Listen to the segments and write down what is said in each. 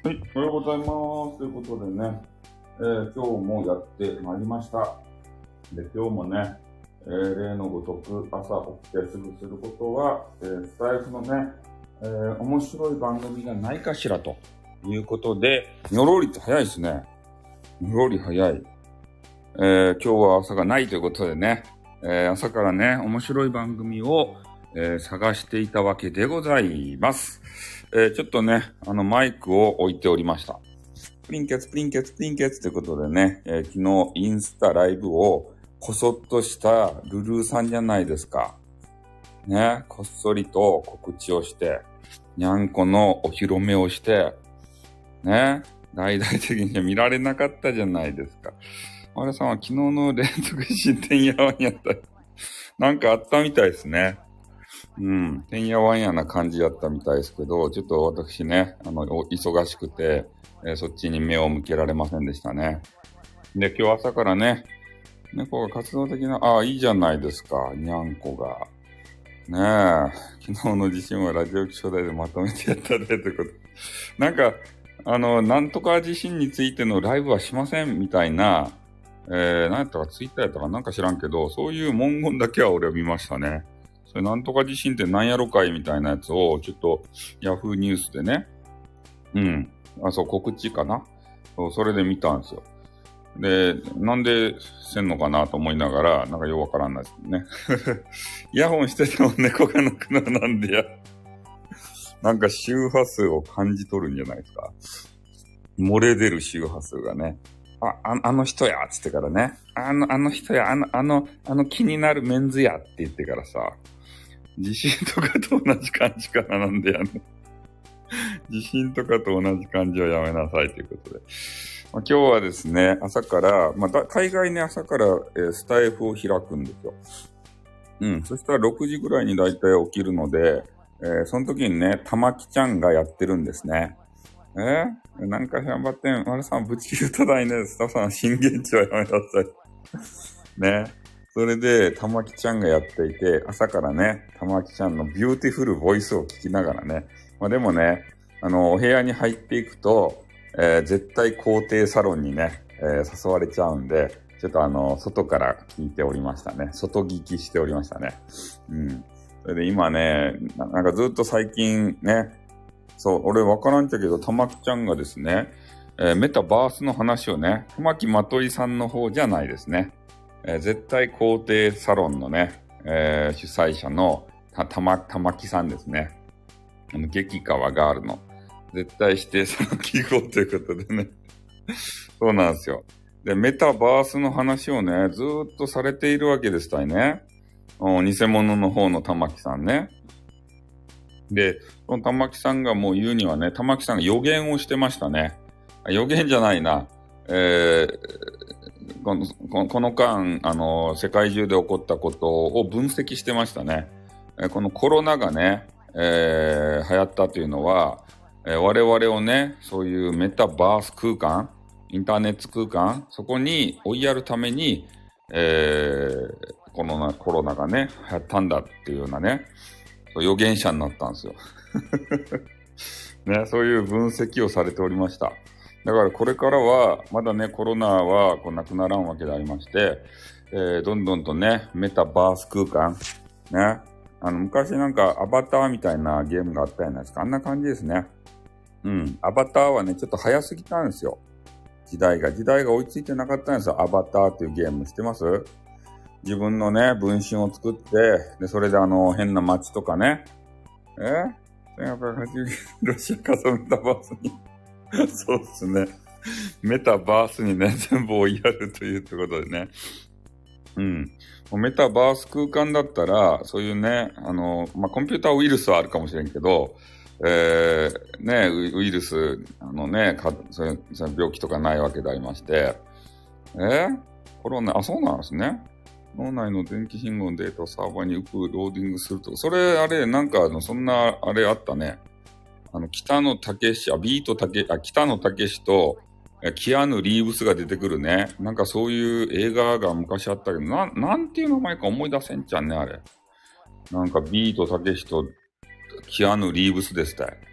はい、おはようございます。ということでね、今日もやってまいりました。で、今日もね、例のごとく朝起きてすぐすることは、スタイフのね、面白い番組がないかしらということで、にょろりと早いですね。にょろり早い。今日は朝がないということでね、朝からね、面白い番組を、探していたわけでございます。ちょっとね、マイクを置いておりました。プリンケツということでね、昨日インスタライブをこそっとしたルルーさんじゃないですか。ね、こっそりと告知をして、にゃんこのお披露目をして、ね、大々的に見られなかったじゃないですか。あれさんは昨日の連続しててんやわんやった。なんかあったみたいですね。てんやわんやな感じだったみたいですけど、ちょっと私ね、忙しくて、そっちに目を向けられませんでしたね。で、今日朝からね、猫が活動的な、いいじゃないですか、にゃんこが。ねえ、昨日の地震はラジオ気象台でまとめてやったで、ということ。なんか、なんとか地震についてのライブはしませんみたいな、何やったかツイッターやったかなんか知らんけど、そういう文言だけは俺は見ましたね。それなんとか地震ってなんやろかいみたいなやつを、ちょっとヤフーニュースでね、告知かな。それで見たんですよ。で、なんでせんのかなと思いながら、なんかよくわからんないですね。イヤホンしてても猫が鳴くのなんでや。なんか周波数を感じ取るんじゃないですか。漏れ出る周波数がね。あの人やつってからね。あの人や、あの気になるメンズやって言ってからさ、地震とかと同じ感じかななんでやね。地震とかと同じ感じはやめなさいということで。今日はですね、朝から、大概ね、朝から、スタイフを開くんですよ。そしたら6時ぐらいにだいたい起きるので、その時にね、たまきちゃんがやってるんですね。なんか頑張ってん。丸さん、ぶち切るただいね。スタッフさん、震源地はやめなさい。ね。それで、たまきちゃんがやっていて、朝からね、たまきちゃんのビューティフルボイスを聞きながらね。でもね、お部屋に入っていくと、絶対肯定サロンにね、誘われちゃうんで、ちょっと外から聞いておりましたね。外聞きしておりましたね。それで今ね、なんかずっと最近ね、そう、俺わからんちゃけど、たまきちゃんがですね、メタバースの話をね、玉木まといさんの方じゃないですね。絶対肯定サロンのね、主催者の玉木さんですね。激川ガールの。絶対否定され記号ということでね。そうなんですよ。で、メタバースの話をね、ずーっとされているわけですたいね。偽物の方の玉木さんね。で、その玉木さんがもう言うにはね、玉木さんが予言をしてましたね。予言じゃないな。この間、世界中で起こったことを分析してましたね。このコロナがね、流行ったというのは、我々をね、そういうメタバース空間、インターネット空間、そこに追いやるために、コロナがね、流行ったんだっていうようなね、予言者になったんですよ。ね、そういう分析をされておりました。だからこれからは、まだね、コロナはなくならんわけでありまして、どんどんとね、メタバース空間、ね、昔なんかアバターみたいなゲームがあったじゃないですか。あんな感じですね。アバターはね、ちょっと早すぎたんですよ。時代が追いついてなかったんですよ。アバターっていうゲーム知ってます？自分のね、分身を作って、で、それで変な街とかね、1880ロシア仮想メタバースにそうっすね。メタバースにね、全部追いやるというってことでね。メタバース空間だったら、そういうね、コンピューターウイルスはあるかもしれんけど、ね、ウイルス、そういう病気とかないわけでありまして、コロナ、そうなんですね。脳内の電気信号のデータをサーバーにローディングすると。それ、なんかそんな、あれあったね。北野武史と、キアヌ・リーブスが出てくるね。なんかそういう映画が昔あったけど、なんていう名前か思い出せんちゃんね、あれ。なんかビートたけしとキアヌ・リーブスでしたよ。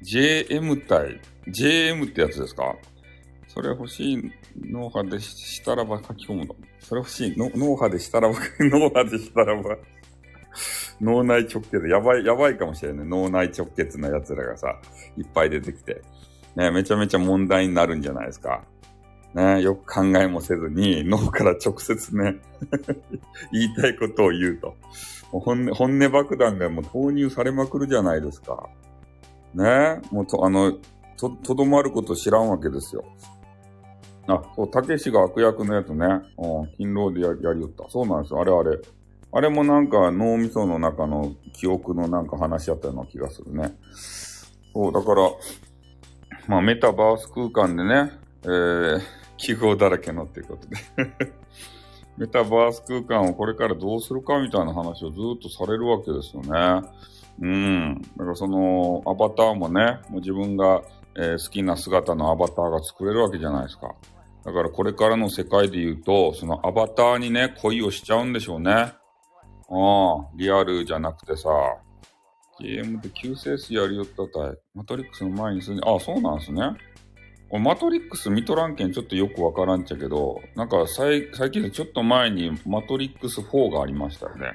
JM 対、JM ってやつですか？それ欲しい、脳波でしたらば書き込むの。それ欲しい、脳波でしたらば、脳波でしたらば、脳内直結、やばいかもしれない。脳内直結のやつらがさ、いっぱい出てきて。ね、めちゃめちゃ問題になるんじゃないですか。ね、よく考えもせずに、脳から直接ね、言いたいことを言うと。本音爆弾がもう投入されまくるじゃないですか。ね、もうとどまること知らんわけですよ。あ、そう、たけしが悪役のやつね。勤労でやりよった。そうなんですよ。あれもなんか脳みその中の記憶のなんか話し合ったような気がするね。そう、だから、まあメタバース空間でね、記号だらけのっていうことで。メタバース空間をこれからどうするかみたいな話をずっとされるわけですよね。だからそのアバターもね、もう自分が、好きな姿のアバターが作れるわけじゃないですか。だからこれからの世界で言うと、そのアバターにね、恋をしちゃうんでしょうね。リアルじゃなくてさ、ゲームで救世主やりよったたい。マトリックスの前にするに、そうなんですね。マトリックス見とらんけんちょっとよくわからんっちゃけど、なんか最近でちょっと前にマトリックス4がありましたよね。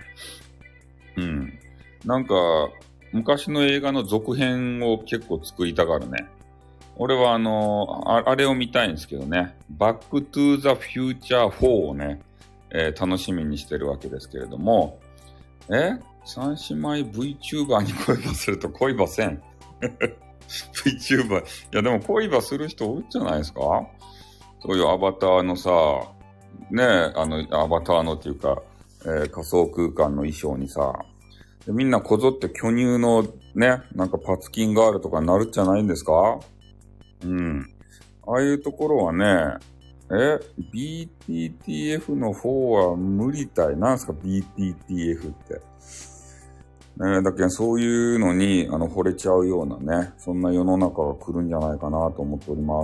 なんか、昔の映画の続編を結構作りたがるね。俺はあれを見たいんですけどね。バックトゥーザフューチャー4をね、楽しみにしてるわけですけれども、三姉妹 VTuber に恋ばすると恋ばせん。VTuber。いやでも恋ばする人おるんじゃないですか？そういうアバターのさ、ね、アバターのっていうか、仮想空間の衣装にさ、でみんなこぞって巨乳のね、なんかパツキンガールとかになるんじゃないんですか？ああいうところはね、BTTF の方は無理たい。なんすか BTTF って。だけどそういうのに、惚れちゃうようなね、そんな世の中が来るんじゃないかなと思っております。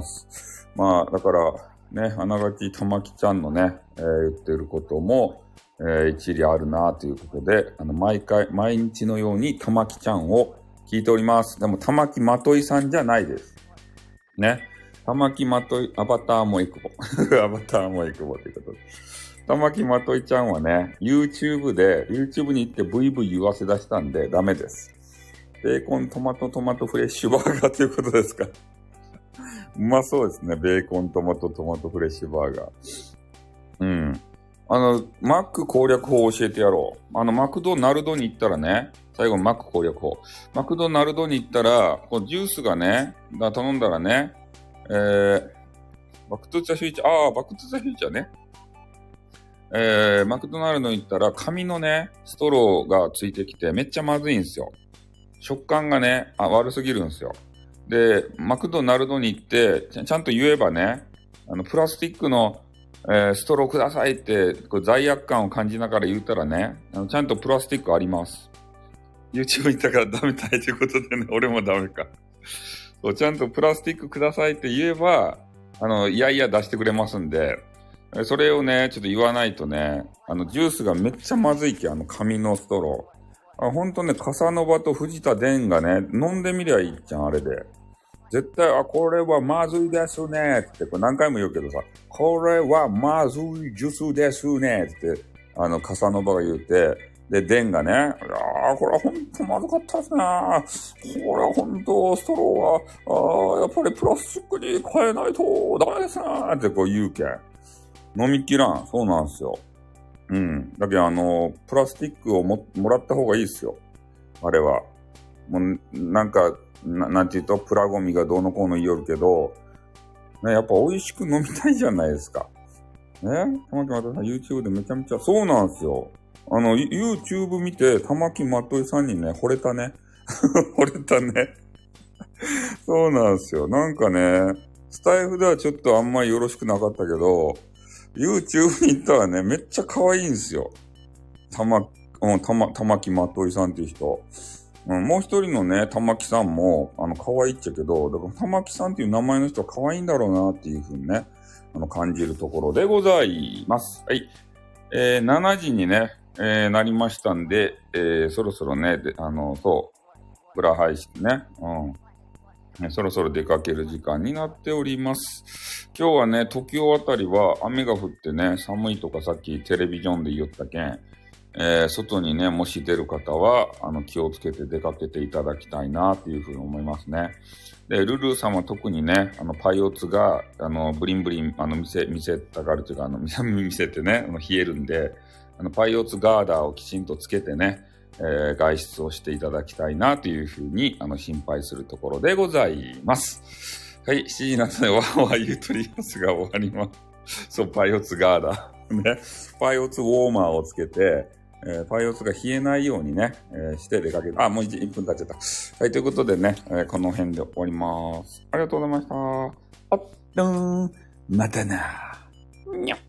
まあ、だから、ね、あながち玉木ちゃんのね、言ってることも、一理あるなということで、毎日のように玉木ちゃんを聞いております。でも、玉木まといさんじゃないです。ね。玉木まとい、アバターもエクボ。アバターもエクボということで。玉木まといちゃんはね、YouTube に行って VV 言わせ出したんでダメです。ベーコントマトフレッシュバーガーということですか？うまそうですね。ベーコントマトフレッシュバーガー。マック攻略法を教えてやろう。マクドナルドに行ったらね、最後のマック攻略法。マクドナルドに行ったら、こうジュースがね、頼んだらね、バックトゥザフューチャー、バックトゥザフューチャーね。マクドナルドに行ったら紙のね、ストローがついてきてめっちゃまずいんですよ。食感がね、悪すぎるんですよ。で、マクドナルドに行って、ちゃんと言えばね、プラスチックの、ストローくださいって、こう罪悪感を感じながら言ったらね、ちゃんとプラスチックあります。YouTube に行ったからダメたいということでね、俺もダメか。そう、ちゃんとプラスチックくださいって言えば、いやいや出してくれますんで、それをね、ちょっと言わないとね、ジュースがめっちゃまずいけ、紙のストロー。ほんとね、カサノバと藤田伝がね、飲んでみりゃいいじゃん、あれで。絶対、これはまずいですね、って、これ何回も言うけどさ、これはまずいジュースですね、って、カサノバが言うて、で、伝がね、これはほんとまずかったですね。これはほんと、ストローは、やっぱりプラスチックに変えないとダメですね、ってこう言うけん。飲みきらん。そうなんですよ。だけどプラスチックをもらった方がいいですよ。あれは。もう、なんか、なんて言うと、プラゴミがどうのこうの言いよるけど、ね、やっぱ美味しく飲みたいじゃないですか。ね、玉木まといさん YouTube でめちゃめちゃ、そうなんですよ。YouTube 見て、玉木まといさんにね、惚れたね。惚れたね。そうなんですよ。なんかね、スタイフではちょっとあんまりよろしくなかったけど、YouTube に行ったらね、めっちゃ可愛いんですよ。玉木まといさんっていう人。もう一人のね、玉木さんも、可愛いっちゃけど、だから玉木さんっていう名前の人は可愛いんだろうなっていうふうにね、感じるところでございます。はい。7時にね、なりましたんで、そろそろね、そう、裏配信ね。 そろそろ出かける時間になっております。今日はね、時尾あたりは雨が降ってね、寒いとかさっきテレビジョンで言ったけん、外にね、もし出る方は、気をつけて出かけていただきたいな、というふうに思いますね。で、ルルーさんは特にね、パイオツが、ブリンブリン、見せたがるというか、見せてね、冷えるんで、パイオツガーダーをきちんとつけてね、外出をしていただきたいな、というふうに、心配するところでございます。はい、7時になったので、わーわー言うとりますが終わります。そう、パイオツガーダー。ね、パイオツウォーマーをつけて、パイオツが冷えないようにね、して出かける。もう1分経っちゃった。はい、ということでね、この辺で終わります。ありがとうございました。あっ、またな。にゃっ。